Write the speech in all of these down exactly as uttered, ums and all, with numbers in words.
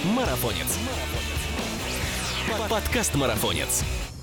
Марафонец. Подкаст Марафонец.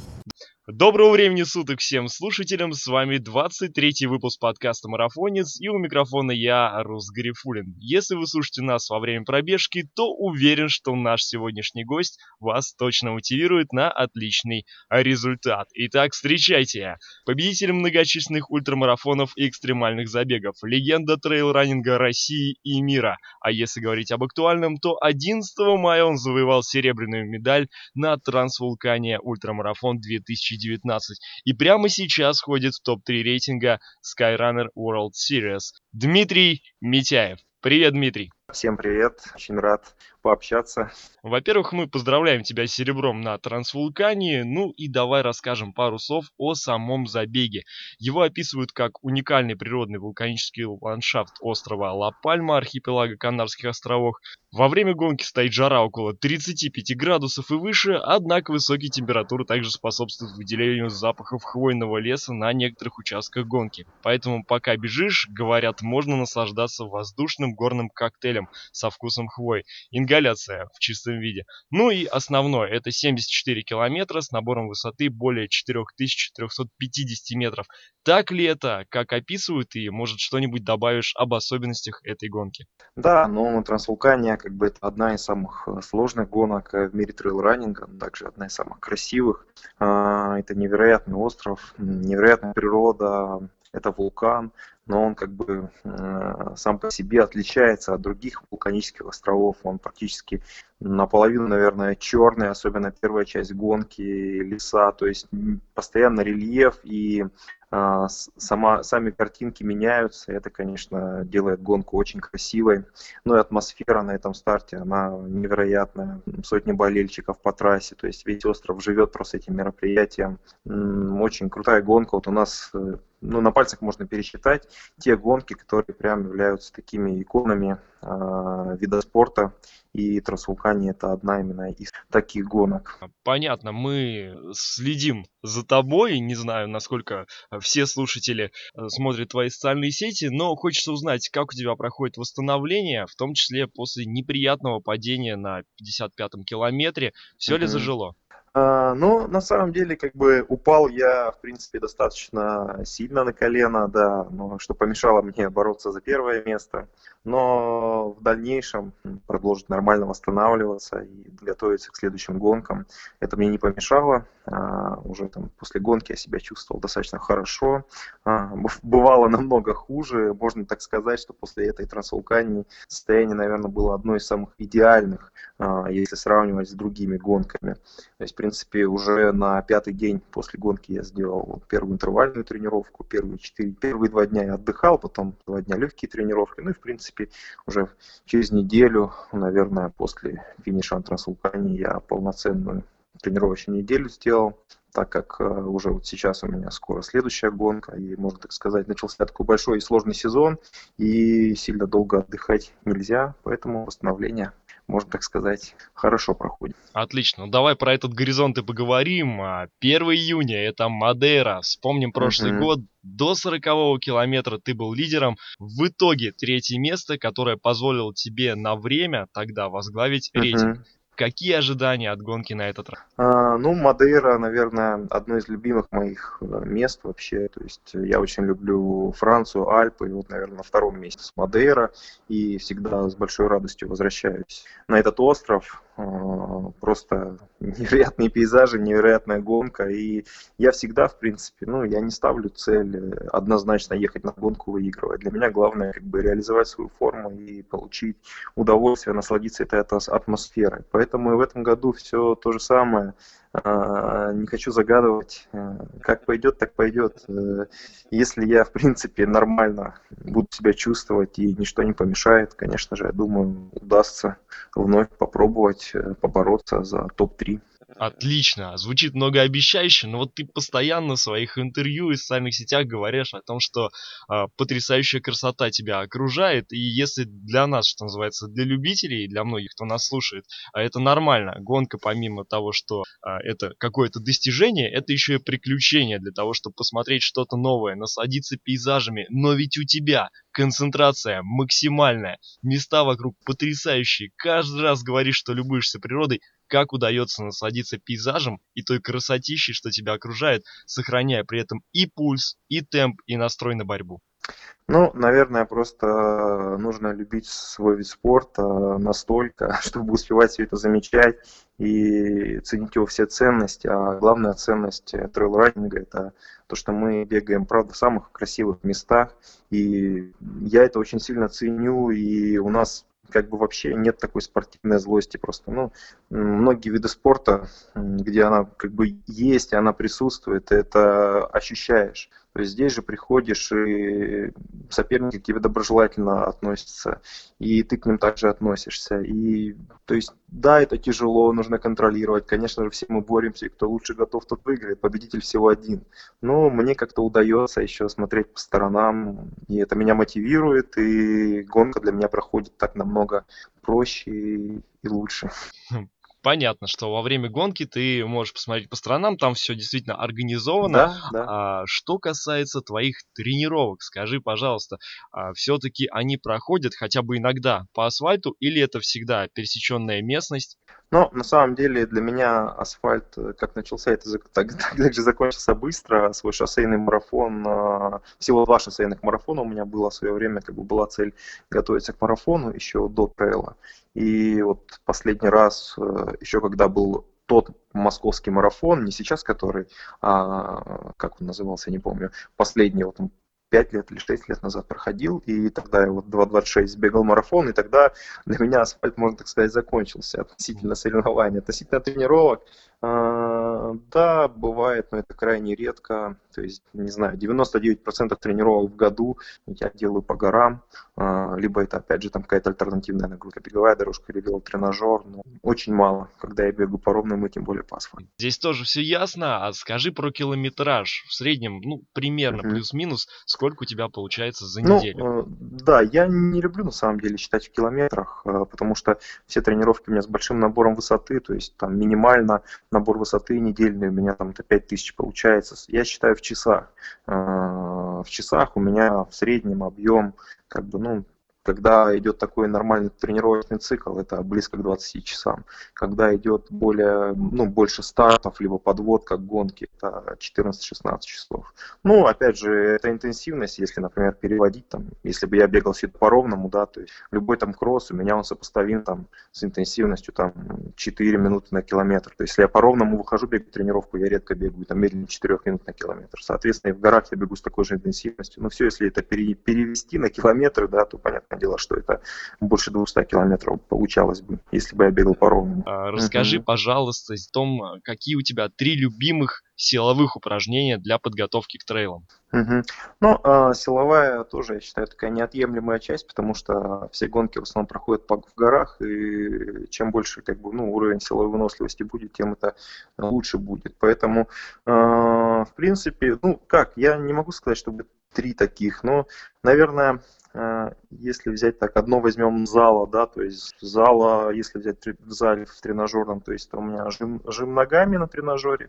Доброго времени суток всем слушателям, с вами двадцать третий выпуск подкаста «Марафонец», и у микрофона я, Рус Гарифуллин. Если вы слушаете нас во время пробежки, то уверен, что наш сегодняшний гость вас точно мотивирует на отличный результат. Итак, встречайте! Победитель многочисленных ультрамарафонов и экстремальных забегов, легенда трейл-раннинга России и мира. А если говорить об актуальном, то одиннадцатого мая он завоевал серебряную медаль на трансвулкане ультрамарафон две тысячи девятнадцать и прямо сейчас входит в топ три рейтинга Skyrunner World Series. Дмитрий Митяев. Привет, Дмитрий. Всем привет, очень рад пообщаться. Во-первых, мы поздравляем тебя с серебром на трансвулкане, ну и давай расскажем пару слов о самом забеге. Его описывают как уникальный природный вулканический ландшафт острова Ла-Пальма, архипелага Канарских островов. Во время гонки стоит жара около тридцати пяти градусов и выше, однако высокие температуры также способствуют выделению запахов хвойного леса на некоторых участках гонки. Поэтому пока бежишь, говорят, можно наслаждаться воздушным горным коктейлем со вкусом хвои. Ингаляция в чистом виде. Ну и основное, это семьдесят четыре километра с набором высоты более четыре тысячи четыреста пятьдесят метров. Так ли это, как описывают, и может что-нибудь добавишь об особенностях этой гонки? Да, но на трансвулкане как бы это одна из самых сложных гонок в мире трейл-раннинга, также одна из самых красивых. Это невероятный остров, невероятная природа, это вулкан, но он как бы э, сам по себе отличается от других вулканических островов. Он практически наполовину, наверное, черный, особенно первая часть гонки, леса, то есть постоянно рельеф и э, сама, сами картинки меняются. Это, конечно, делает гонку очень красивой. Ну и атмосфера на этом старте, она невероятная. Сотни болельщиков по трассе, то есть весь остров живет просто этим мероприятием. Очень крутая гонка. Вот у нас, ну, на пальцах можно пересчитать те гонки, которые прям являются такими иконами э, вида спорта, и трансвулкане это одна именно из таких гонок. Понятно, мы следим за тобой, не знаю, насколько все слушатели смотрят твои социальные сети, но хочется узнать, как у тебя проходит восстановление, в том числе после неприятного падения на пятьдесят пятом километре, все ли зажило? Uh, ну, на самом деле, как бы упал я, в принципе, достаточно сильно на колено, да, но что помешало мне бороться за первое место. Но в дальнейшем продолжить нормально восстанавливаться и готовиться к следующим гонкам. Это мне не помешало. Uh, уже там после гонки я себя чувствовал достаточно хорошо. Uh, бывало намного хуже. Можно так сказать, что после этой трансвулкании состояние, наверное, было одно из самых идеальных, uh, если сравнивать с другими гонками. То есть, в принципе, уже на пятый день после гонки я сделал первую интервальную тренировку. Первые, четыре, первые два дня я отдыхал, потом два дня легкие тренировки. Ну и, в принципе, уже через неделю, наверное, после финиша на трансвулкане я полноценную тренировочную неделю сделал, так как уже вот сейчас у меня скоро следующая гонка, и, можно так сказать, начался такой большой и сложный сезон, и сильно долго отдыхать нельзя, поэтому восстановление, можно так сказать, хорошо проходит. Отлично, ну давай про этот горизонт и поговорим. первого июня это Мадейра. Вспомним прошлый uh-huh. год. До сорокового километра ты был лидером. В итоге третье место, которое позволило тебе на время тогда возглавить uh-huh. рейтинг. Какие ожидания от гонки на этот раз? А, ну, Мадейра, наверное, одно из любимых моих мест вообще. То есть я очень люблю Францию, Альпы. И вот, наверное, на втором месте с Мадейра. И всегда с большой радостью возвращаюсь на этот остров. А, просто невероятные пейзажи, невероятная гонка. И я всегда, в принципе, ну, я не ставлю цель однозначно ехать на гонку, выигрывать. Для меня главное как бы реализовать свою форму и получить удовольствие, насладиться этой атмосферой. Поэтому и в этом году все то же самое. Не хочу загадывать, как пойдет, так пойдет. Если я, в принципе, нормально буду себя чувствовать и ничто не помешает, конечно же, я думаю, удастся вновь попробовать побороться за топ три. Отлично, звучит многообещающе, но вот ты постоянно в своих интервью и социальных сетях говоришь о том, что э, потрясающая красота тебя окружает, и если для нас, что называется, для любителей, для многих, кто нас слушает, э, это нормально. Гонка, помимо того, что э, это какое-то достижение, это еще и приключение для того, чтобы посмотреть что-то новое, насладиться пейзажами, но ведь у тебя концентрация максимальная, места вокруг потрясающие, каждый раз говоришь, что любуешься природой, как удается насладиться пейзажем и той красотищей, что тебя окружает, сохраняя при этом и пульс, и темп, и настрой на борьбу. Ну, наверное, просто нужно любить свой вид спорта настолько, чтобы успевать все это замечать и ценить его все ценности. А главная ценность трейл-раннинга — это то, что мы бегаем, правда, в самых красивых местах. И я это очень сильно ценю, и у нас как бы вообще нет такой спортивной злости просто. Ну, многие виды спорта, где она как бы есть, и она присутствует, ты это ощущаешь. То есть здесь же приходишь, и соперники к тебе доброжелательно относятся, и ты к ним также относишься. И, то есть, да, это тяжело, нужно контролировать. Конечно же, все мы боремся, и кто лучше готов, тот выиграет. Победитель всего один. Но мне как-то удается еще смотреть по сторонам, и это меня мотивирует, и гонка для меня проходит так намного проще и, и лучше. Понятно, что во время гонки ты можешь посмотреть по сторонам, там все действительно организовано. Да, да. А что касается твоих тренировок, скажи, пожалуйста, а все-таки они проходят хотя бы иногда по асфальту или это всегда пересеченная местность? Но на самом деле для меня асфальт, э, как начался, это зак- так, так, так же закончился быстро. Свой шоссейный марафон, а, всего два шоссейных марафона у меня было в свое время, как бы была цель готовиться к марафону еще до трейла. И вот последний раз, э, еще когда был тот московский марафон, не сейчас который, а как он назывался, я не помню, последний вот он пять лет или шесть лет назад проходил, и тогда я вот два двадцать шесть бегал марафон, и тогда для меня асфальт, можно так сказать, закончился относительно соревнований, относительно тренировок. а, Да, бывает, но это крайне редко. То есть, не знаю, девяносто девять процентов тренировок в году я делаю по горам, а, либо это, опять же, там какая-то альтернативная нагрузка, беговая дорожка или велотренажер. Но очень мало, когда я бегаю по ровным и тем более по асфальту. Здесь тоже все ясно, а скажи про километраж. В среднем, ну, примерно Мгм. плюс-минус, сколько у тебя получается за Ну, неделю? э, да, я не люблю на самом деле считать в километрах, э, потому что все тренировки у меня с большим набором высоты, то есть там минимально набор высоты недельный у меня там это пять тысяч получается. Я считаю в часах. Э, В часах у меня в среднем объем, как бы, ну, когда идет такой нормальный тренировочный цикл, это близко к двадцати часам. Когда идет более, ну, больше стартов, либо подводка к гонке, это четырнадцать-шестнадцать часов. Ну, опять же, это интенсивность, если, например, переводить, там, если бы я бегал все по ровному, да, то есть любой там кросс у меня он сопоставим там с интенсивностью там четыре минуты на километр. То есть если я по ровному выхожу бегать тренировку, я редко бегаю там медленнее четырёх минут на километр. Соответственно, и в горах я бегу с такой же интенсивностью. Но все, если это пере- перевести на километры, да, то понятное дело, что это больше двухсот километров получалось бы, если бы я бегал по ровному. А, Расскажи, Мгм. пожалуйста, о том, а, какие у тебя три любимых силовых упражнения для подготовки к трейлам. Мгм. Ну, а, силовая тоже, я считаю, такая неотъемлемая часть, потому что все гонки в основном проходят по- в горах, и чем больше как бы, ну, уровень силовой выносливости будет, тем это лучше будет. Поэтому, а, в принципе, ну, как, я не могу сказать, чтобы три таких, но, наверное, а, если взять так, одно возьмем зала, да, то есть зала, если взять тре- в зале в тренажерном, то есть у меня жим, жим ногами на тренажере,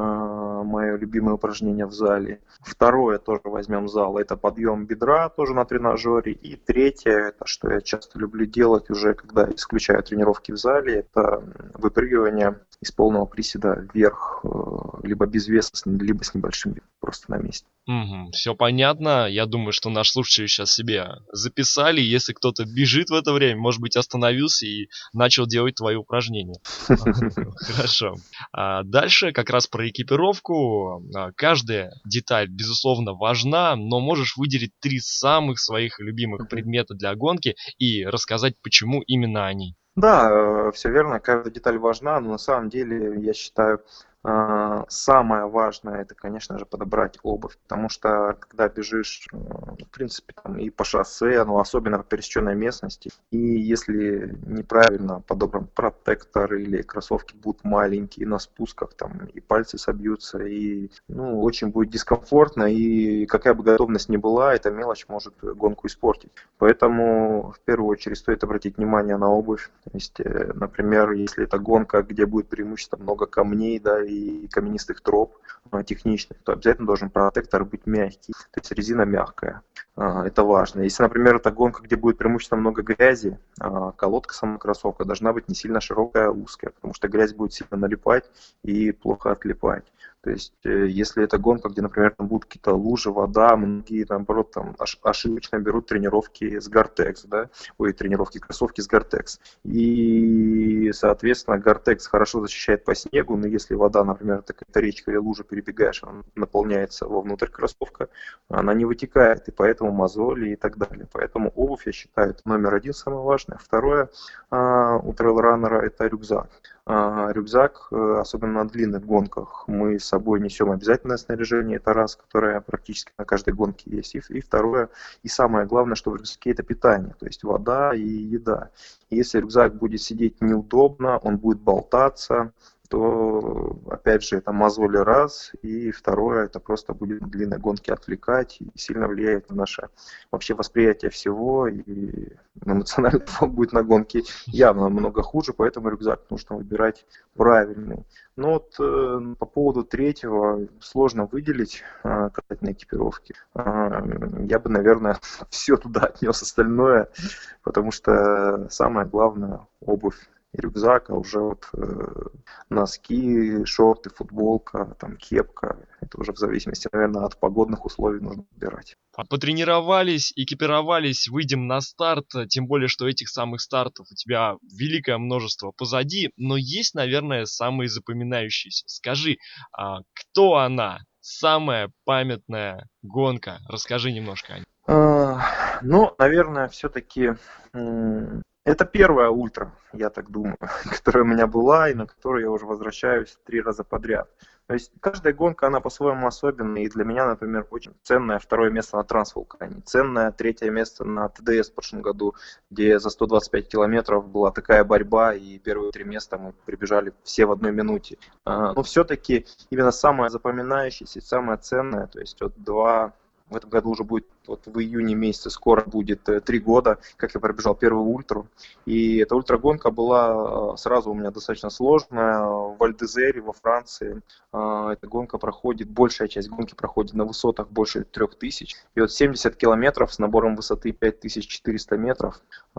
мое любимое упражнение в зале. Второе тоже возьмем зал, это подъем бедра тоже на тренажере. И третье, это что я часто люблю делать уже, когда исключаю тренировки в зале, это выпрыгивание из полного приседа вверх, э, либо без веса, с- либо с небольшим весом, просто на месте. Угу, все понятно. Я думаю, что наши слушатели сейчас себе записали. Если кто-то бежит в это время, может быть, остановился и начал делать твои упражнения. Хорошо. А дальше как раз про экипировку. А, Каждая деталь, безусловно, важна, но можешь выделить три самых своих любимых предмета для гонки и рассказать, почему именно они. Да, все верно, каждая деталь важна, но на самом деле я считаю, а, самое важное это, конечно же, подобрать обувь, потому что когда бежишь, э, в принципе, там и по шоссе, ну, особенно по пересеченной местности, и если неправильно подобран протектор или кроссовки будут маленькие на спусках, там и пальцы собьются, и, ну, очень будет дискомфортно, и какая бы готовность ни была, эта мелочь может гонку испортить. Поэтому в первую очередь стоит обратить внимание на обувь. То есть, э, например, если это гонка, где будет преимущество много камней, да, и и каменистых троп э, техничных, то обязательно должен протектор быть мягкий, то есть резина мягкая. А, Это важно. Если, например, это гонка, где будет преимущественно много грязи, а, колодка сама кроссовка должна быть не сильно широкая, а узкая, потому что грязь будет сильно налипать и плохо отлипать. То есть, э, если это гонка, где, например, там будут какие-то лужи, вода, многие, наоборот, там ош- ошибочно берут тренировки с Gore-Tex, да, ой, тренировки, кроссовки с Gore-Tex. И, соответственно, Gore-Tex хорошо защищает по снегу, но если вода, например, это какая-то речка или лужа, перебегаешь, она наполняется вовнутрь кроссовка, она не вытекает, и поэтому мозоли и так далее. Поэтому обувь, я считаю, это номер один самое важное. Второе а, у трейл-раннера это рюкзак. А, Рюкзак, э, особенно на длинных гонках, мы с собой несем обязательное снаряжение, это раз, которое практически на каждой гонке есть. И, и второе, и самое главное, что в рюкзаке это питание, то есть вода и еда. И если рюкзак будет сидеть неудобно, он будет болтаться, то, опять же, это мозоли раз, и второе, это просто будет на длинной гонке отвлекать и сильно влияет на наше вообще восприятие всего, и эмоциональный фон будет на гонке явно намного хуже, поэтому рюкзак нужно выбирать правильный. Но вот э, по поводу третьего сложно выделить э, касательно экипировки. Э, я бы, наверное, все туда отнес остальное, потому что самое главное обувь и рюкзак, а уже вот э, носки, шорты, футболка, там кепка, это уже в зависимости, наверное, от погодных условий нужно выбирать. А Потренировались, экипировались, выйдем на старт, э, тем более, что этих самых стартов у тебя великое множество позади, но есть, наверное, самые запоминающиеся. Скажи, а, кто она? Самая памятная гонка. Расскажи немножко о ней. А, Ну, наверное, все-таки это первая ультра, я так думаю, которая у меня была и на которую я уже возвращаюсь три раза подряд. То есть каждая гонка, она по-своему особенная, и для меня, например, очень ценное второе место на Трансвулкане, ценное третье место на ТДС в прошлом году, где за сто двадцать пять километров была такая борьба, и первые три места мы прибежали все в одной минуте. А, Но все-таки именно самое запоминающееся, самое ценное, то есть вот два в этом году уже будет, вот в июне месяце скоро будет э, три года, как я пробежал первую ультру. И эта ультрагонка была э, сразу у меня достаточно сложная. В Вальдезере во Франции э, эта гонка проходит, большая часть гонки проходит на высотах больше трех тысяч. И вот семьдесят километров с набором высоты пять тысяч четыреста метров.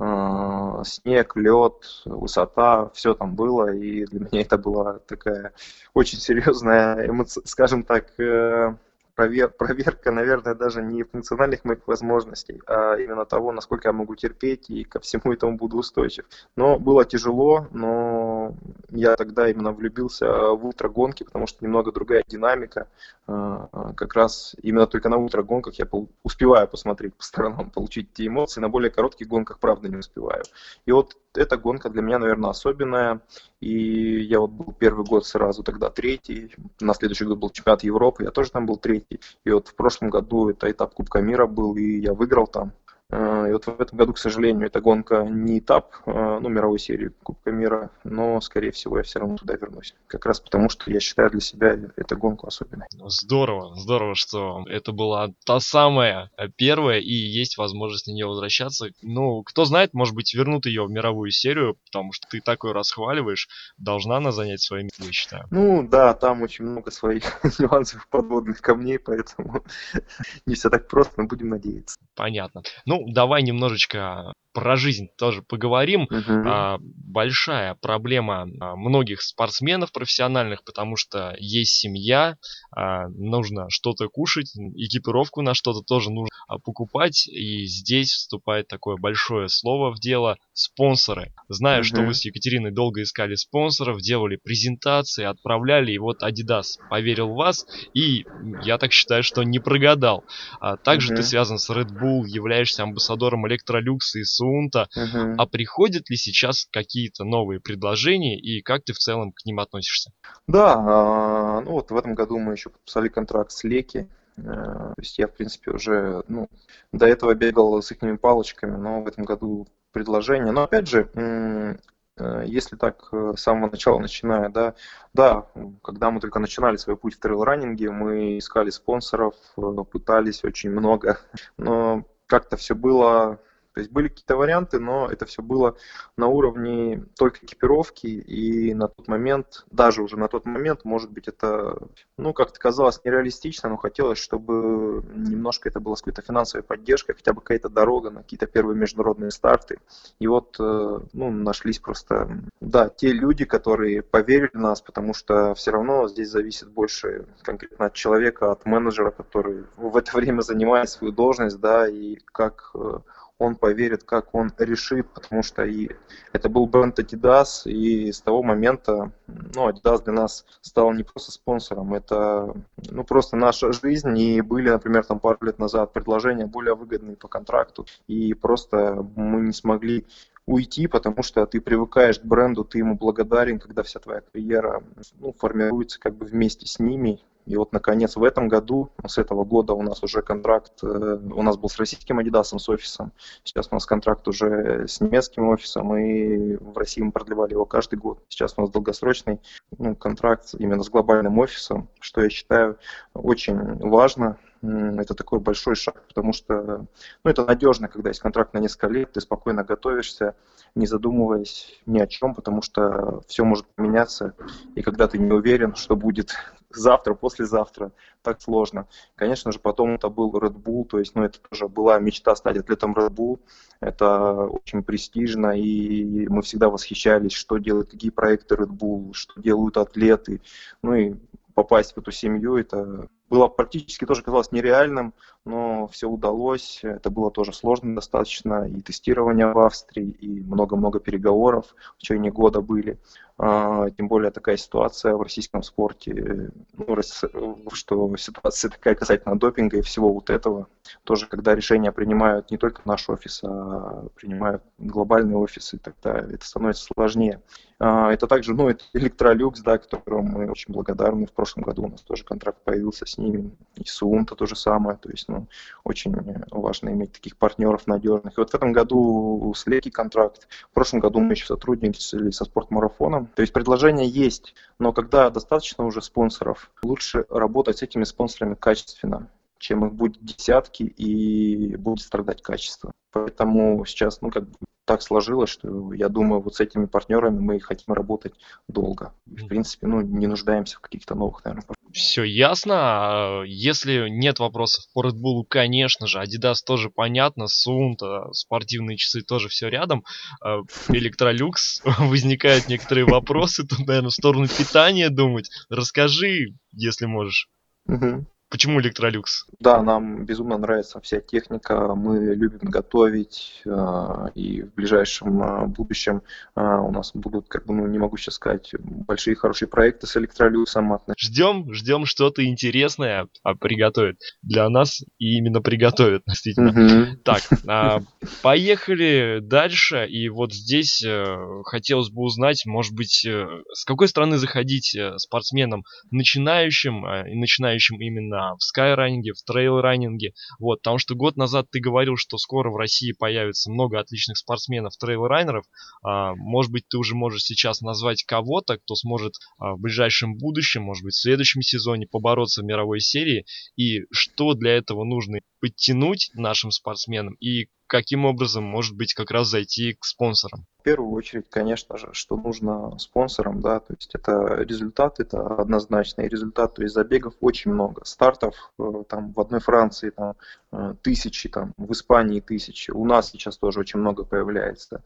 Э, снег, лед, высота, все там было. И для меня это была такая очень серьезная, эмоци- скажем так, э, провер- проверка, наверное, даже не функциональных моих возможностей, а именно того, насколько я могу терпеть и ко всему этому буду устойчив. Но было тяжело, но я тогда именно влюбился в ультрагонки, потому что немного другая динамика. А, а, Как раз именно только на ультрагонках я пол- успеваю посмотреть по сторонам, получить эти эмоции. На более коротких гонках, правда, не успеваю. И вот эта гонка для меня, наверное, особенная. И я вот был первый год сразу тогда третий, на следующий год был чемпионат Европы, я тоже там был третий. И вот в прошлом году это этап Кубка мира был, и я выиграл там. Э, И вот в этом году, к сожалению, эта гонка не этап, э, ну, мировой серии Кубка мира, но, скорее всего, я все равно туда вернусь. Как раз потому, что я считаю для себя эту гонку особенной. Здорово, здорово, что это была та самая э, первая, и есть возможность на нее возвращаться. Ну, кто знает, может быть, вернут ее в мировую серию, потому что ты такое расхваливаешь, должна она занять свое место, я считаю. Ну да, там очень много своих нюансов, подводных камней, поэтому не все так просто, но будем надеяться. Понятно. Ну, давай немножечко про жизнь тоже поговорим. Мгм. А, большая проблема а, многих спортсменов профессиональных, потому что есть семья, а, нужно что-то кушать, экипировку на что-то тоже нужно а, покупать. И здесь вступает такое большое слово в дело — спонсоры. Знаю, что вы Мгм. с Екатериной долго искали спонсоров, делали презентации, отправляли, и вот Adidas поверил в вас, и м, я так считаю, что не прогадал. А также ты Мгм. связан с Red Bull, являешься амбассадором Electrolux и Суунта. А Мгм. приходят ли сейчас какие-то новые предложения и как ты в целом к ним относишься? Да, а, ну вот в этом году мы еще подписали контракт с Леки. Э, То есть я, в принципе, уже, ну, до этого бегал с их палочками, но в этом году предложение. Но опять же, м, э, если так э, с самого начала начиная, да, да, когда мы только начинали свой путь в трейл-раннинге, мы искали спонсоров, э, пытались очень много, но как-то все было То есть были какие-то варианты, но это все было на уровне только экипировки, и на тот момент, даже уже на тот момент, может быть, это, ну, как-то казалось нереалистично, но хотелось, чтобы немножко это было с какой-то финансовой поддержкой, хотя бы какая-то дорога на какие-то первые международные старты. И вот, э, ну, нашлись просто, да, те люди, которые поверили в нас, потому что все равно здесь зависит больше конкретно от человека, от менеджера, который в это время занимает свою должность, да, и как э, он поверит, как он решит, потому что и это был бренд Adidas, и с того момента, ну, Adidas для нас стал не просто спонсором, это, ну, просто наша жизнь, и были, например, там пару лет назад предложения более выгодные по контракту, и просто мы не смогли уйти, потому что ты привыкаешь к бренду, ты ему благодарен, когда вся твоя карьера, ну, формируется как бы вместе с ними. И вот, наконец, в этом году, с этого года у нас уже контракт, э, у нас был с российским Adidas, с офисом, сейчас у нас контракт уже с немецким офисом, и в России мы продлевали его каждый год. Сейчас у нас долгосрочный, ну, контракт именно с глобальным офисом, что я считаю очень важно. Это такой большой шаг, потому что, ну, это надежно, когда есть контракт на несколько лет, ты спокойно готовишься, не задумываясь ни о чем, потому что все может поменяться, и когда ты не уверен, что будет завтра, послезавтра, так сложно. Конечно же, потом это был Red Bull, то есть, ну, это тоже была мечта стать атлетом Red Bull, это очень престижно, и мы всегда восхищались, что делают, какие проекты Red Bull, что делают атлеты, ну, и попасть в эту семью, это было практически тоже казалось нереальным, но все удалось. Это было тоже сложно достаточно. И тестирование в Австрии, и много-много переговоров в течение года были. А, тем более такая ситуация в российском спорте, ну, что ситуация такая касательно допинга и всего вот этого. Тоже, когда решения принимают не только наш офис, а принимают глобальные офисы, тогда это становится сложнее. А, это также, ну, это Electrolux, да, которому мы очень благодарны. В прошлом году у нас тоже контракт появился с ними. И Суунта то же самое. То есть, ну, очень важно иметь таких партнеров надежных. И вот в этом году с Леки контракт. В прошлом году мы еще сотрудничали со спортмарафоном. То есть предложения есть, но когда достаточно уже спонсоров, лучше работать с этими спонсорами качественно, чем их будет десятки и будет страдать качество. Поэтому сейчас, ну, как бы так сложилось, что я думаю, вот с этими партнерами мы хотим работать долго. И, в принципе, ну, не нуждаемся в каких-то новых, наверное. Все ясно. А если нет вопросов по Red Bull, конечно же, Adidas тоже понятно, Suunto, спортивные часы тоже все рядом. А Electrolux, возникают некоторые вопросы, тут, наверное, в сторону питания думать. Расскажи, если можешь. Мгм. Почему Electrolux? Да, нам безумно нравится вся техника, мы любим готовить, а, и в ближайшем а, будущем а, у нас будут, как бы, ну, не могу сейчас сказать, большие хорошие проекты с электролюксом. Ждем, ждем что-то интересное а, приготовят для нас, и именно приготовят, действительно. Мгм. Так, а, поехали дальше, и вот здесь э, хотелось бы узнать, может быть, э, с какой стороны заходить э, спортсменам начинающим, э, и начинающим именно в скайранинге, в трейл-раннинге, вот, потому что год назад ты говорил, что скоро в России появится много отличных спортсменов, трейл-райнеров, а, может быть, ты уже можешь сейчас назвать кого-то, кто сможет а, в ближайшем будущем, может быть, в следующем сезоне побороться в мировой серии, и что для этого нужно подтянуть нашим спортсменам, и каким образом, может быть, как раз зайти к спонсорам. В первую очередь, конечно же, что нужно спонсорам, да, то есть это результат, это однозначный результат, то есть забегов очень много, стартов э, там в одной Франции там э, тысячи, там в Испании тысячи, у нас сейчас тоже очень много появляется,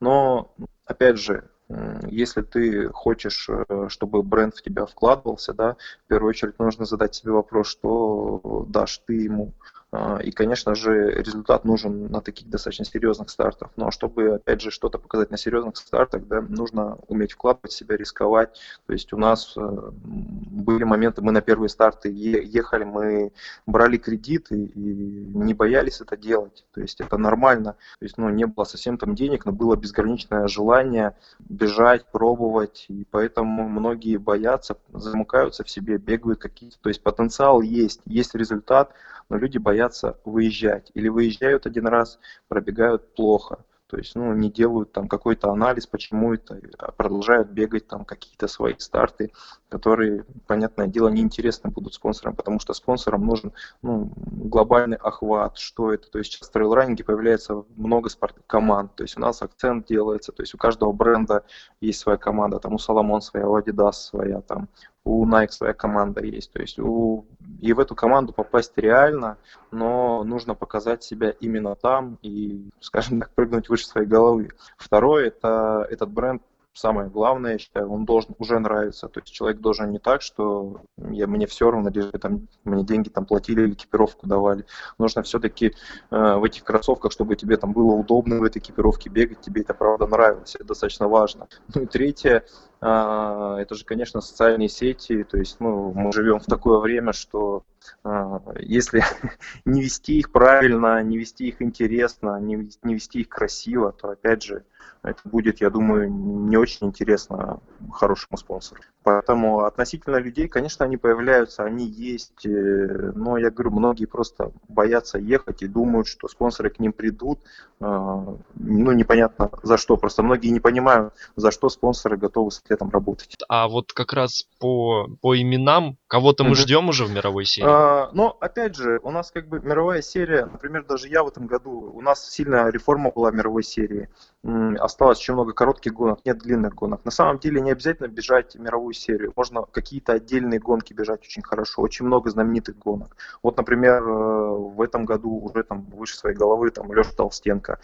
но опять же, м, если ты хочешь, э, чтобы бренд в тебя вкладывался, да, в первую очередь нужно задать себе вопрос, что дашь ты ему. А, И, конечно же, результат нужен на таких достаточно серьезных стартах. Но чтобы, опять же, что-то показать на серьезных стартах, да, нужно уметь вкладывать в себя, рисковать. То есть у нас э, были моменты, мы на первые старты е- ехали, мы брали кредиты и не боялись это делать. То есть это нормально. То есть, ну, не было совсем там денег, но было безграничное желание бежать, пробовать. И поэтому многие боятся, замыкаются в себе, бегают какие-то. То есть потенциал есть, есть результат, но люди боятся выезжать. Или выезжают один раз, пробегают плохо. То есть, ну, не делают там какой-то анализ, почему это, а продолжают бегать там какие-то свои старты, которые, понятное дело, неинтересны будут спонсорам, потому что спонсорам нужен, ну, глобальный охват, что это. То есть сейчас в трейл-раннинге появляется много спортивных команд, то есть у нас акцент делается, то есть у каждого бренда есть своя команда, там у Salomon своя, у Adidas своя, там у Nike своя команда есть, то есть у... и в эту команду попасть реально, но нужно показать себя именно там и, скажем так, прыгнуть выше своей головы. Второе, это этот бренд, самое главное, я считаю, он должен уже нравиться. То есть человек должен не так, что я, мне все равно, лишь бы там, мне деньги там платили или экипировку давали. Нужно все-таки э, в этих кроссовках, чтобы тебе там было удобно в этой экипировке бегать, тебе это правда нравилось, это достаточно важно. Ну и третье, э, это же, конечно, социальные сети. То есть, ну, мы живем в такое время, что э, если не вести их правильно, не вести их интересно, не, не вести их красиво, то опять же это будет, я думаю, не очень интересно хорошему спонсору. Поэтому относительно людей, конечно, они появляются, они есть, но я говорю, многие просто боятся ехать и думают, что спонсоры к ним придут, ну, непонятно за что, просто многие не понимают, за что спонсоры готовы с этим работать. А вот как раз по, по именам, кого-то мы Мгм. ждем уже в мировой серии? А, но опять же, у нас как бы мировая серия, например, даже я в этом году, у нас сильная реформа была мировой серии. М, Осталось очень много коротких гонок, нет длинных гонок. На самом деле не обязательно бежать мировую серию, можно какие-то отдельные гонки бежать очень хорошо, очень много знаменитых гонок. Вот, например, э, в этом году уже там выше своей головы там Леша Толстенко,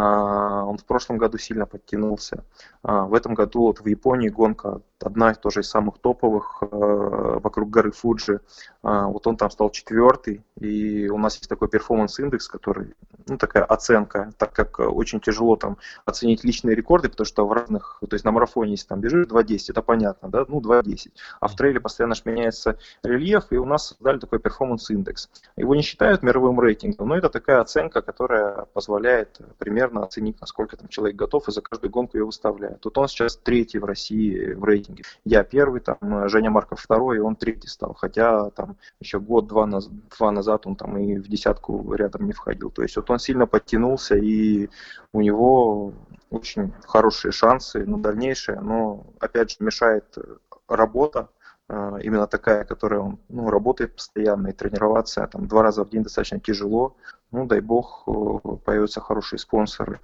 А, он в прошлом году сильно подтянулся. А, В этом году вот в Японии гонка одна тоже из самых топовых э, вокруг горы Фуджи. А, Вот он там стал четвертый, и у нас есть такой перформанс-индекс, который, ну, такая оценка, так как э, очень тяжело там оценить личные рекорды, потому что в разных, то есть на марафоне, если там бежишь два десять, это понятно, да, ну два десять, а в трейле постоянно ж меняется рельеф, и у нас создали такой перформанс-индекс. Его не считают мировым рейтингом, но это такая оценка, которая позволяет примерно оценить, насколько там человек готов, и за каждую гонку ее выставляют. Вот он сейчас третий в России в рейтинге. Я первый, там Женя Марков второй, и он третий стал, хотя там еще год-два наз- два назад он там и в десятку рядом не входил. То есть вот он сильно подтянулся, и у него очень хорошие шансы на дальнейшее, но опять же мешает работа, э, именно такая, которая он, ну, работает постоянно, и тренироваться там два раза в день достаточно тяжело. Ну, дай бог, э, появятся хорошие спонсоры.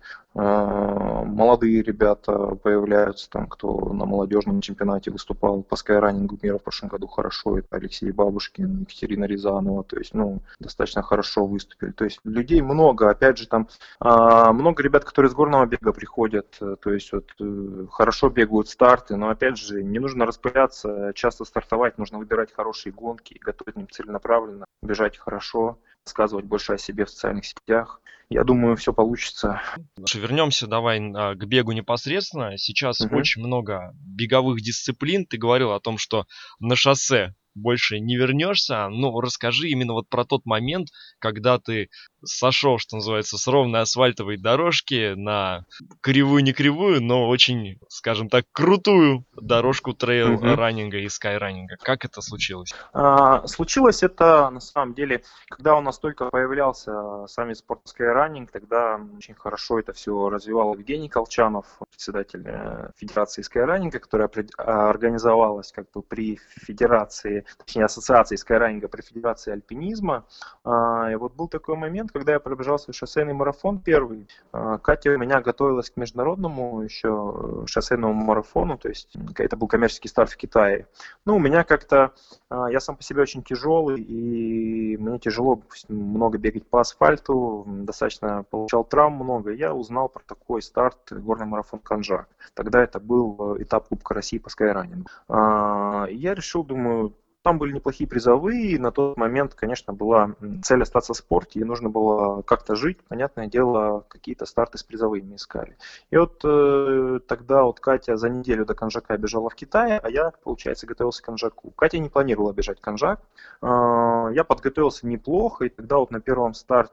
Э, Молодые ребята появляются, там, кто на молодежном чемпионате выступал по скайранингу мира в прошлом году хорошо. Это Алексей Бабушкин, Екатерина Рязанова. То есть, ну, достаточно хорошо выступили. То есть, людей много. Опять же, там а, много ребят, которые с горного бега приходят. э, То есть, вот, э, хорошо бегают старты. Но, опять же, не нужно распыляться, часто стартовать. Нужно выбирать хорошие гонки, готовить к ним целенаправленно, бежать хорошо, рассказывать больше о себе в социальных сетях. Я думаю, все получится. Слушай, вернемся давай а, к бегу непосредственно. Сейчас Мгм. очень много беговых дисциплин. Ты говорил о том, что на шоссе больше не вернешься. Ну, расскажи именно вот про тот момент, когда ты сошел, что называется, с ровной асфальтовой дорожки на кривую-не кривую, но очень, скажем так, крутую дорожку Мгм. трейл-раннинга и скайраннинга. Как это случилось? А, Случилось это на самом деле, когда у нас только появлялся сам вид спорта Skyrunning, тогда очень хорошо это все развивал Евгений Колчанов, председатель э, Федерации Skyrunning, которая пред- а, организовалась как бы при Федерации, точнее Ассоциации Skyrunning при Федерации Альпинизма. А, И вот был такой момент, когда я пробежал свой шоссейный марафон первый. А, Катя у меня готовилась к международному еще шоссейному марафону, то есть м, это был коммерческий старт в Китае. Ну, у меня как-то, а, я сам по себе очень тяжелый, и мне тяжело допустим, много бегать по асфальту, м, достаточно получал травм много. Я узнал про такой старт горный марафон Канжак. Тогда это был э, этап Кубка России по скайранингу. А, и Я решил, думаю, там были неплохие призовые, и на тот момент, конечно, была м, цель остаться в спорте, и нужно было как-то жить. Понятное дело, какие-то старты с призовыми искали. И вот э, тогда вот Катя за неделю до Канжака бежала в Китае, а я, получается, готовился к Канжаку. Катя не планировала бежать Канжак. Э, я подготовился неплохо, и тогда вот на первом старте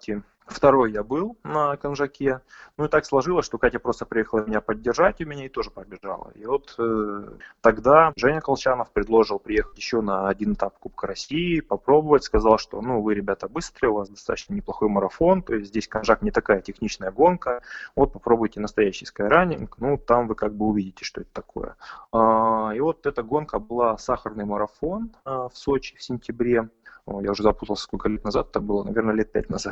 Второй я был на Конжаке. Ну и так сложилось, что Катя просто приехала меня поддержать, и меня и тоже побежала. И вот э, тогда Женя Колчанов предложил приехать еще на один этап Кубка России, попробовать. Сказал, что ну вы, ребята, быстрые, у вас достаточно неплохой марафон, то есть здесь Конжак не такая техничная гонка. Вот попробуйте настоящий скайранинг, ну там вы как бы увидите, что это такое. А, и вот эта гонка была сахарный марафон а, в Сочи в сентябре. О, я уже запутался, сколько лет назад это было, наверное, лет пять назад.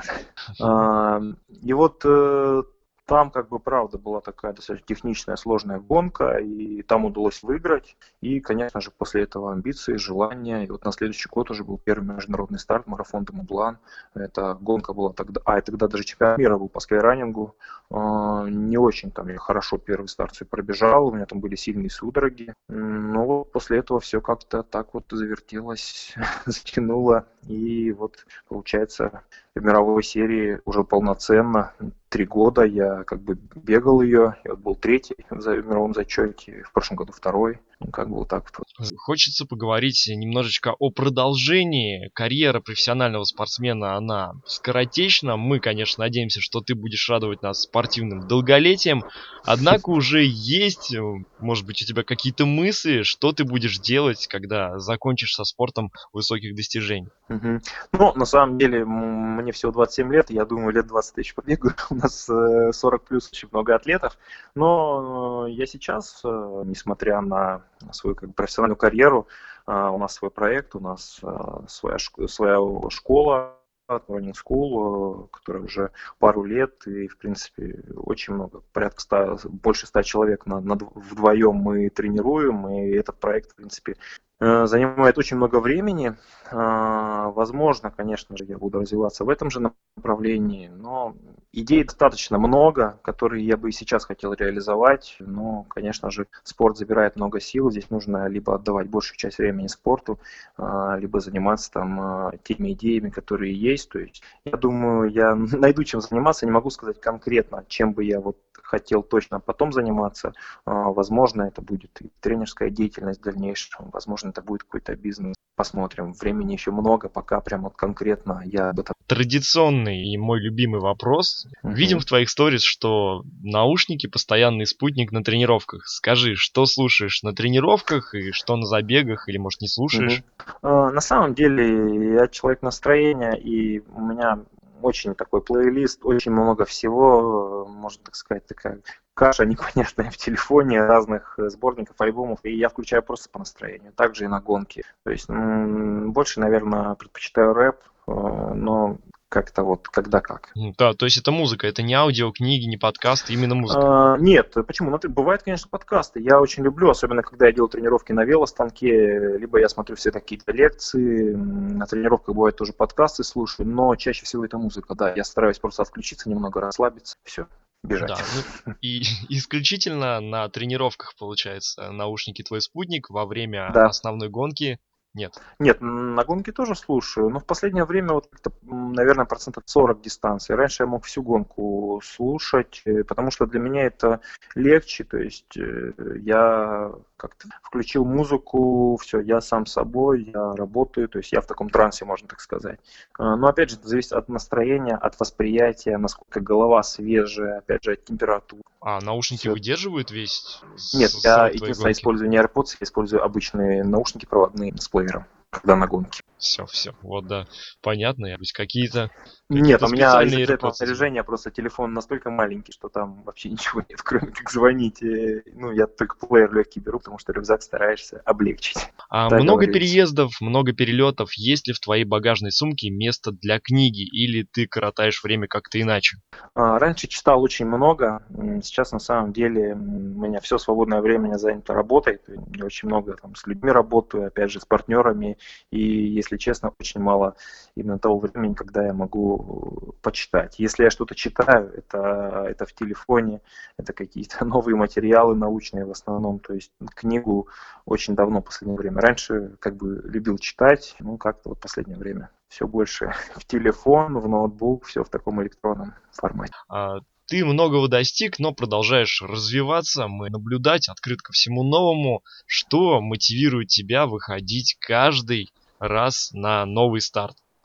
А, И вот э, там как бы правда была такая достаточно техничная, сложная гонка, и там удалось выиграть. И, конечно же, после этого амбиции, желания. И вот на следующий год уже был первый международный старт, марафон де Мублан. Эта гонка была тогда, а и тогда даже чемпионат мира был по скайранингу. А, Не очень там я хорошо первый старт все пробежал, у меня там были сильные судороги. М, Но вот после этого все как-то так вот завертелось, затянуло. И вот получается в мировой серии уже полноценно. Три года я как бы бегал ее. Я вот был третий в за- в мировом зачете, в прошлом году второй. Ну, как бы вот так вот. Хочется поговорить немножечко о продолжении. Карьера профессионального спортсмена, она скоротечна. Мы, конечно, надеемся, что ты будешь радовать нас спортивным долголетием. Однако уже есть, э, может быть, у тебя какие-то мысли, что ты будешь делать, когда закончишь со спортом высоких достижений. Мгм. Ну, на самом деле, м, мне всего двадцать семь лет, я думаю, лет двадцать тысяч побегаю. У нас э, сорок плюс очень много атлетов. Но э, я сейчас, э, несмотря на свою как бы, профессиональную карьеру, э, у нас свой проект, у нас э, своя, шк- своя школа, Running School, э, которая уже пару лет, и, в принципе, очень много, порядка ста, больше ста человек на, на, вдвоем мы тренируем, и этот проект, в принципе, э, занимает очень много времени. А, Возможно, конечно же, я буду развиваться в этом же направлении, но идей достаточно много, которые я бы и сейчас хотел реализовать. Но, конечно же, спорт забирает много сил. Здесь нужно либо отдавать большую часть времени спорту, а, либо заниматься там а, теми идеями, которые есть. То есть, я думаю, я найду чем заниматься. Не могу сказать конкретно, чем бы я вот хотел точно потом заниматься. А, Возможно, это будет и тренерская деятельность в дальнейшем, возможно, это будет какой-то бизнес. Посмотрим. Времени еще много, пока прям вот конкретно я об этом. Традиционный и мой любимый вопрос. Видим Мгм. в твоих сторис, что наушники — постоянный спутник на тренировках. Скажи, что слушаешь на тренировках и что на забегах, или, может, не Мгм. слушаешь? А, На самом деле, я человек настроения, и у меня очень такой плейлист, очень много всего, э, можно так сказать, такая каша непонятная в телефоне разных э, сборников, альбомов, и я включаю просто по настроению, также и на гонки. То есть м, больше, наверное, предпочитаю рэп, э, но как-то вот когда как. М, Да, то есть это музыка, это не аудио, книги, не подкаст, именно музыка. А, Нет, почему? Ну, ты- бывают, конечно, подкасты. Я очень люблю, особенно когда я делаю тренировки на велостанке, либо я смотрю все какие-то лекции, м, на тренировках бывают тоже подкасты слушаю, но чаще всего это музыка, да. Я стараюсь просто отключиться, немного расслабиться, все, бежать. Да, ну и исключительно на тренировках, получается, наушники твой спутник, во время Да. основной гонки нет. Нет, м, на гонки тоже слушаю, но в последнее время вот как-то, м, наверное, процентов сорок дистанции. Раньше я мог всю гонку слушать, э, потому что для меня это легче, то есть э, я как-то включил музыку, все, я сам собой, я работаю, то есть я в таком трансе, можно так сказать. А, Но опять же, это зависит от настроения, от восприятия, насколько голова свежая, опять же, от температуры. А наушники Все. выдерживают весь Нет, с- я срок твоей единственное гонки? использую не AirPods, я использую обычные наушники проводные с плеером, когда на гонке. Все, все, вот да, понятно. Я, то есть какие-то Нет, какие-то у меня из-за специальные этого AirPods идут. снаряжения просто телефон настолько маленький, что там вообще ничего нет, кроме как звонить. И, ну, я только плеер легкий беру, потому что рюкзак стараешься облегчить. А много Договорились. переездов, много перелетов. Есть ли в твоей багажной сумке место для книги, или ты коротаешь время как-то иначе? А, Раньше читал очень много, м, сейчас на самом деле м, у меня все свободное время занято работой, то есть я очень много там с людьми работаю, опять же с партнерами, и, если честно, очень мало именно того времени, когда я могу э, почитать. Если я что-то читаю, это, это в телефоне, это какие-то новые материалы научные в основном, то есть книгу очень давно, в последнее время. Раньше как бы любил читать, ну как-то вот в последнее время все больше в телефон, в ноутбук, все в таком электронном формате. А, ты многого достиг, но продолжаешь развиваться, мы наблюдать, открыт ко всему новому. Что мотивирует тебя выходить каждый раз на новый старт?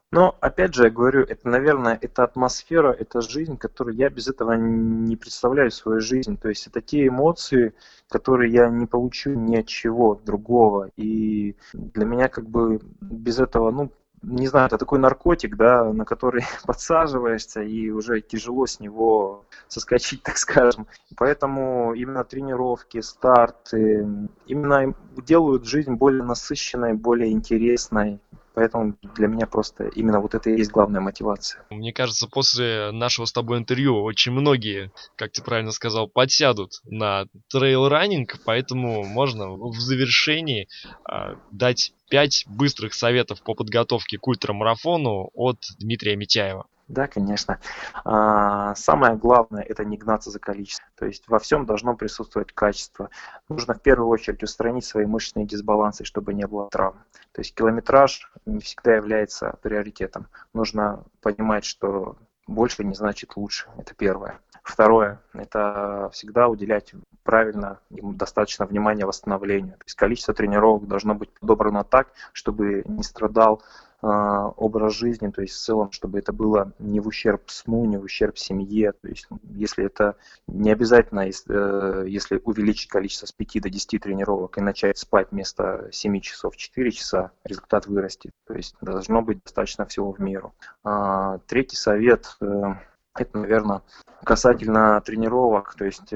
Но, опять же, я говорю, это, наверное, это атмосфера, это жизнь, которую я без этого не представляю свою жизнь. То есть это те эмоции, которые я не получу ни от чего другого. И для меня как бы без этого, ну, не знаю, это такой наркотик, да, на который подсаживаешься, и уже тяжело с него соскочить, так скажем. Поэтому именно тренировки, старты, именно делают жизнь более насыщенной, более интересной. Поэтому для меня просто именно вот это и есть главная мотивация. Мне кажется, после нашего с тобой интервью очень многие, как ты правильно сказал, подсядут на трейл-раннинг, поэтому можно в завершении э, дать пять быстрых советов по подготовке к ультрамарафону от Дмитрия Митяева. Да, конечно. А, самое главное – это не гнаться за количеством. То есть во всем должно присутствовать качество. Нужно в первую очередь устранить свои мышечные дисбалансы, чтобы не было травм. То есть километраж не всегда является приоритетом. Нужно понимать, что больше не значит лучше. Это первое. Второе – это всегда уделять правильно и достаточно внимания восстановлению. То есть количество тренировок должно быть подобрано так, чтобы не страдал образ жизни, то есть в целом, чтобы это было не в ущерб сну, не в ущерб семье. То есть, если это не обязательно, если, если увеличить количество с пяти до десяти тренировок и начать спать вместо семи часов четыре часа, результат вырастет. То есть должно быть достаточно всего в меру. А, третий совет – это, наверное, касательно тренировок. То есть,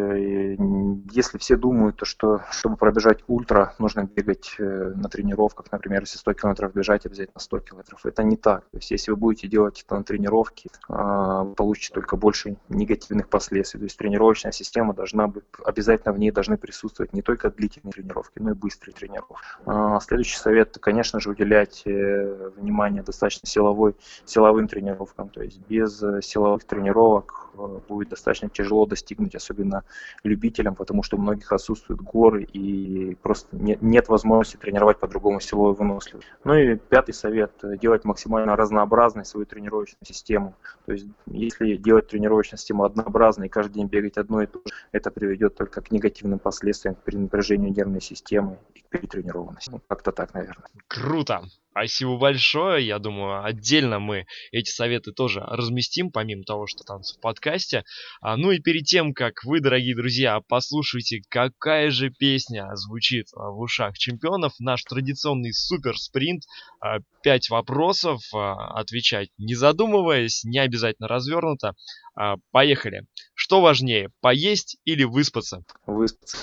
если все думают, то что, чтобы пробежать ультра, нужно бегать на тренировках, например, если сто километров бежать, обязательно сто километров. Это не так. То есть, если вы будете делать это на тренировке, вы получите только больше негативных последствий. То есть, тренировочная система должна быть, обязательно в ней должны присутствовать не только длительные тренировки, но и быстрые тренировки. Следующий совет, конечно же, уделять внимание достаточно силовой, силовым тренировкам. То есть, без силовых тренировок будет достаточно тяжело достигнуть, особенно любителям, потому что у многих отсутствуют горы и просто нет, нет возможности тренировать по-другому силовую выносливость. Ну и пятый совет – делать максимально разнообразной свою тренировочную систему. То есть если делать тренировочную систему однообразной и каждый день бегать одно и то же, это приведет только к негативным последствиям, к перенапряжению нервной системы и к перетренированности. Ну, как-то так, наверное. Круто! Спасибо большое. Я думаю, отдельно мы эти советы тоже разместим, помимо того, что там в подкасте. А, ну и перед тем, как вы, дорогие друзья, послушаете, какая же песня звучит в ушах чемпионов, наш традиционный супер спринт. А, пять вопросов, а, отвечать не задумываясь, не обязательно развернуто. А, поехали. Что важнее, поесть или выспаться? Выспаться.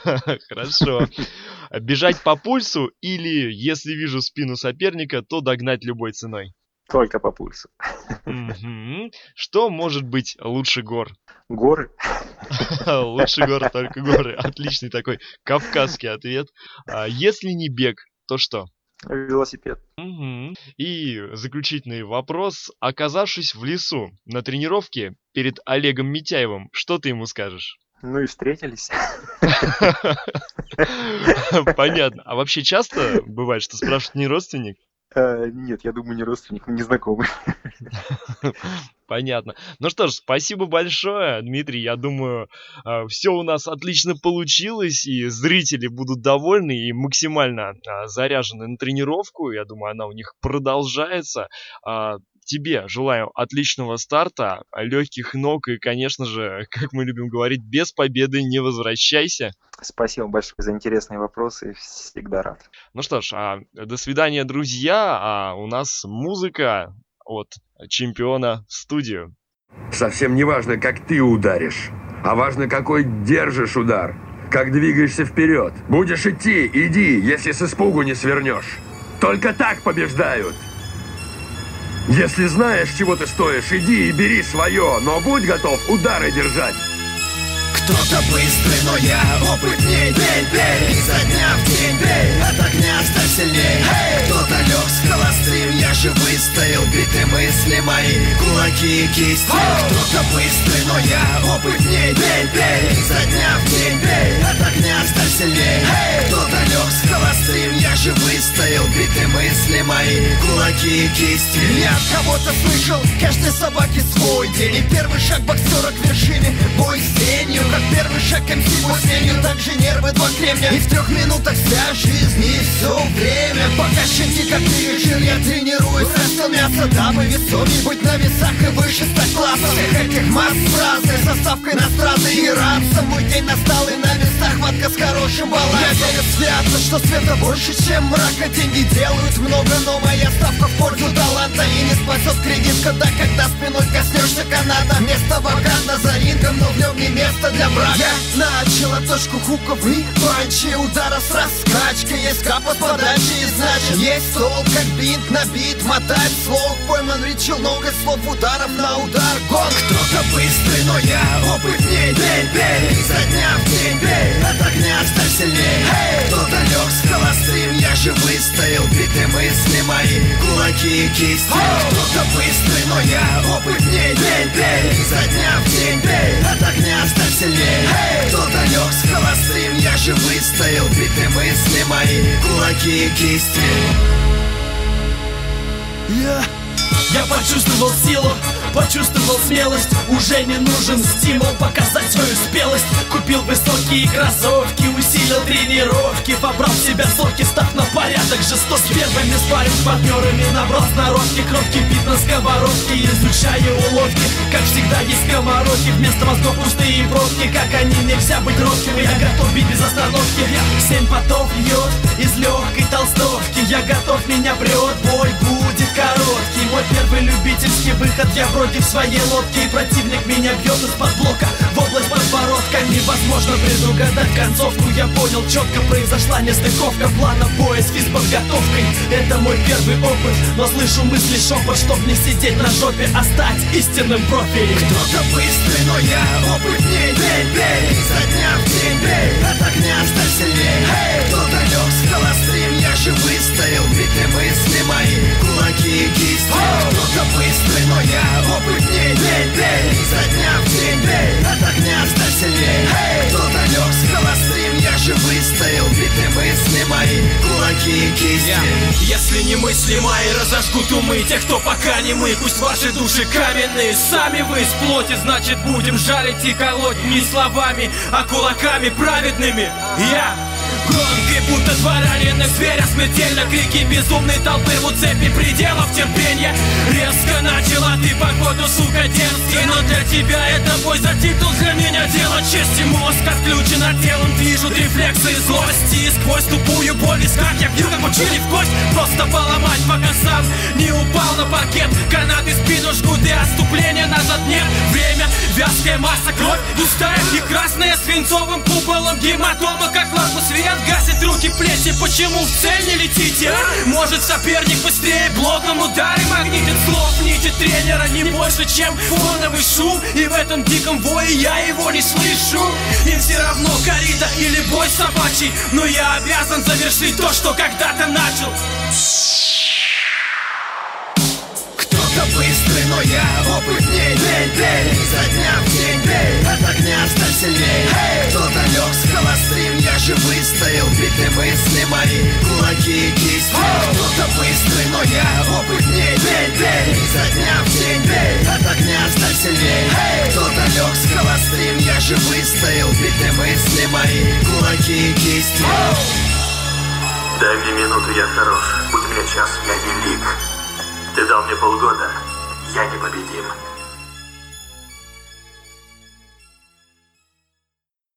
Хорошо. Бежать по пульсу или, если вижу спину соперника, то догнать любой ценой? Только по пульсу. Угу. Что может быть лучше гор? Горы. Лучше гор, только горы. Отличный такой кавказский ответ. Если не бег, то что? Велосипед. Угу. И заключительный вопрос. Оказавшись в лесу на тренировке перед Олегом Митяевым, что ты ему скажешь? Ну и встретились. Понятно. А вообще часто бывает, что спрашивают, не родственник? Нет, я думаю, не родственник, не знакомый. Понятно. Ну что ж, спасибо большое, Дмитрий. Я думаю, все у нас отлично получилось, и зрители будут довольны и максимально заряжены на тренировку. Я думаю, она у них продолжается. Тебе желаю отличного старта, легких ног и, конечно же, как мы любим говорить, без победы не возвращайся. Спасибо большое за интересные вопросы, всегда рад. Ну что ж, а, до свидания, друзья, а у нас музыка от чемпиона в студию. Совсем не важно, как ты ударишь, а важно, какой держишь удар, как двигаешься вперед. Будешь идти, иди, если с испугу не свернешь. Только так побеждают. Если знаешь, чего ты стоишь, иди и бери свое, но будь готов удары держать. Кто-то быстрый, но я опытней. Бей, бей, изо дня в день бей, от огня стать сильней. Кто-то лег с холострим, я же выстоял. Биты мысли мои, кулаки и кисти. Кто-то быстрый, но я опытней. Бей, бей, изо дня в день бей, от огня стать сильней. Кто-то лег с холострим, я же же выстоял, биты мысли мои, кулаки и кисти. Я от кого-то слышал, каждой собаке свой день. И первый шаг боксера к вершине, бой с тенью. Как первый шаг эм си бой с тенью, так же нервы два кремня. И в трех минутах вся жизнь и все время. Пока щенки как ты решил, я тренируюсь. Растил мясо, дабы весомей быть на весах и выше стать классом. Всех этих масс с разной составкой иностранной и ранцем. Мой день настал и на местах хватка с хорошим балансом. Я верю свято, что света больше, чем мрака. Деньги делают много, но моя ставка в пользу таланта. И не спасет кредитка, да когда спиной коснешься каната. Место вакантно за рингом, но в нем не место для брака. Я начала точку хуков и панчи, удара с раскачкой. Есть капот подачи и значит есть стол, как бинт на бит. Мотать слог, пойман речил много слов, ударов на удар гонг. Кто-то быстрый, но я опытней. Бей, бей, изо дня в день бей, от огня сталь сильней. Hey! Кто-то лег с холострим, я же выстоял, биты мысли мои, кулаки и кисти. Oh! Кто-то быстрый, но я опытней. Бей, бей, изо дня в день бей, от огня сталь сильней. Hey! Кто-то лег с холострим, я же выстоял, биты мысли мои, кулаки и кисти. Я, я почувствовал силу, почувствовал смелость. Уже не нужен стимул показать свою спелость. Купил высокие кроссовки, усилил тренировки, вобрал в себя соки, став на порядок жесток. С первыми спарринг партнерами набрал сноровки. Кровь кипит на сковородке, изучаю уловки. Как всегда есть скоморохи, вместо мозгов пустые пробки. Как они, нельзя быть робким, я готов бить без остановки. Семь потов льет из легкой толстовки. Я готов, меня прет, бой будет короткий. Мой первый любительский выход, я вроде в своей лодке. И противник меня бьет из-под блока в область подбородка. Невозможно предугадать концовку. Я понял, четко произошла нестыковка плана боя с физподготовкой. Это мой первый опыт, но слышу мысли шепот, чтоб не сидеть на жопе, а стать истинным профи. Кто-то быстрый, но я опытней. Бей, бей, изо дня в день бей, от огня сталь сильней. Hey! Кто-то лег с холострим, я же выстоял, биты мысли мои, кулаки и кисти. Oh! Кто-то быстрый, но я опытней. Бей, бей, изо дня в день бей, от огня сталь сильней. Hey! Кто-то лег с холострим, я же выстоял, биты мысли мои, кулаки и кисти. Yeah. Если не мысли мои разожгут умы тех, кто пока не мы, пусть ваши души каменные. Сами вы из плоти, значит будем жалить и колоть не словами, а кулаками праведными. Я гонки, будто два раненых зверя, смертельно крики безумной толпы в цепи пределов терпения. Резко начала ты погоду, сука, дерзкий, но для тебя это бой за титул, для меня дело чести. Мозг отключен от телом, движут рефлексы и злости. И сквозь тупую боль в висках я бью, как учили в кость. Просто поломать, пока сам не упал на паркет. Канаты спину жгут и отступления назад нет. Время, вязкая масса, кровь густая и красная, свинцовым куполом гематома, как лампа свет гасит руки, плечи. Почему в цель не летите, а? Может соперник быстрее блоком ударе магнитит слов нити тренера не больше, чем фоновый шум. И в этом диком вое я его не слышу. Им все равно корида или бой собачий, но я обязан завершить то, что когда-то начал. Кто-то быстрый, но я опытней. Бей, бей, изо дня в день бей, от огня сталь сильней. Hey! Кто-то лег с холострим, я же выстоял, биты мысли мои, кулаки и кисти. Oh! Кто-то быстрый, но я опытней. Бей, бей, изо дня в день бей, от огня сталь сильней. Hey! Кто-то лег с холострим, я же выстоял, биты мысли мои, кулаки и кисти. Oh! Дай мне минуту, я хорош. Будь мне час, я велик. Ты дал мне полгода, я непобедим.